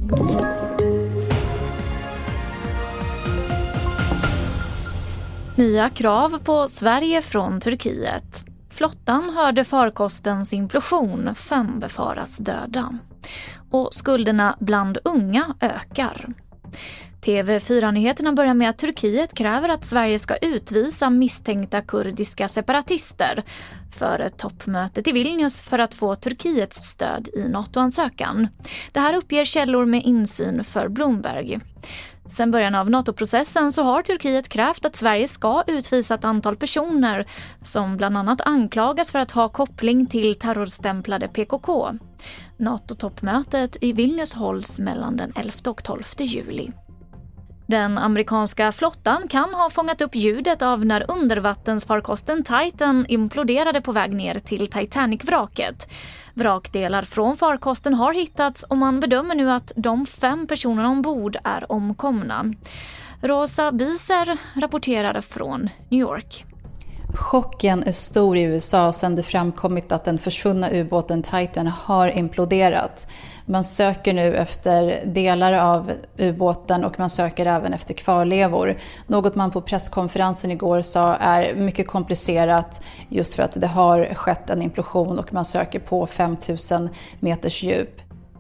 Nya krav på Sverige från Turkiet. Flottan hörde farkostens implosion, 5 befaras döda. Och skulderna bland unga ökar. TV4-nyheterna börjar med att Turkiet kräver att Sverige ska utvisa misstänkta kurdiska separatister för ett toppmötet i Vilnius för att få Turkiets stöd i NATO-ansökan. Det här uppger källor med insyn för Bloomberg. Sen början av NATO-processen så har Turkiet krävt att Sverige ska utvisa ett antal personer som bland annat anklagas för att ha koppling till terrorstämplade PKK. NATO-toppmötet i Vilnius hålls mellan den 11 och 12 juli. Den amerikanska flottan kan ha fångat upp ljudet av när undervattensfarkosten Titan imploderade på väg ner till Titanic-vraket. Vrakdelar från farkosten har hittats och man bedömer nu att de 5 personerna ombord är omkomna. Rosa Biser rapporterade från New York. Chocken är stor i USA sedan det framkommit att den försvunna ubåten Titan har imploderat. Man söker nu efter delar av ubåten och man söker även efter kvarlevor. Något man på presskonferensen igår sa är mycket komplicerat just för att det har skett en implosion och man söker på 5000 meters djup.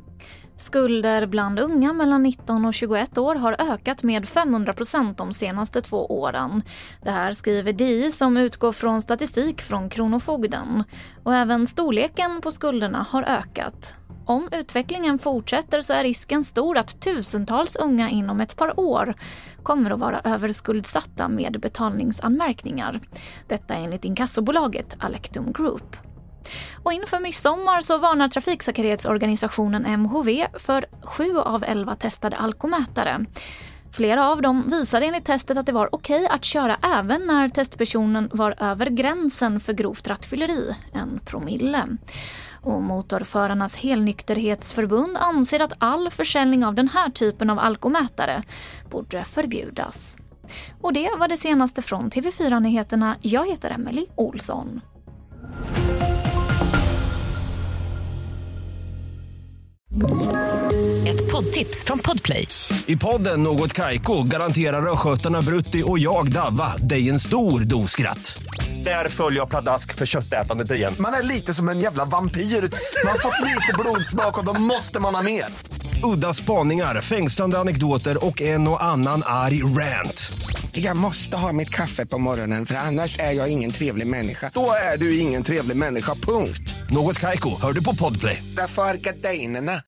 Skulder bland unga mellan 19 och 21 år har ökat med 500% de senaste 2 åren. Det här skriver DI som utgår från statistik från Kronofogden. Och även storleken på skulderna har ökat. Om utvecklingen fortsätter så är risken stor att tusentals unga inom ett par år kommer att vara överskuldsatta med betalningsanmärkningar. Detta enligt inkassobolaget Alectum Group. Och inför midsommar så varnar trafiksäkerhetsorganisationen MHV för 7 av 11 testade alkomätare. Flera av dem visade enligt testet att det var okej att köra även när testpersonen var över gränsen för grovt rattfylleri, 1 promille. Och Motorförarnas helnykterhetsförbund anser att all försäljning av den här typen av alkomätare borde förbjudas. Och det var det senaste från TV4-nyheterna. Jag heter Emily Olsson. Ett poddtips från Podplay. I podden Något Kaiko garanterar röskötarna Brutti och jag Davva dig en stor doskratt. Där följer jag pladask för köttätandet igen. Man är lite som en jävla vampyr. Man har fått lite blodsmak och då måste man ha mer. Udda spaningar, fängslande anekdoter och en och annan arg rant. Jag måste ha mitt kaffe på morgonen för annars är jag ingen trevlig människa. Då är du ingen trevlig människa, punkt. Något Kaiko, hör du på Podplay. Därför är gardinerna.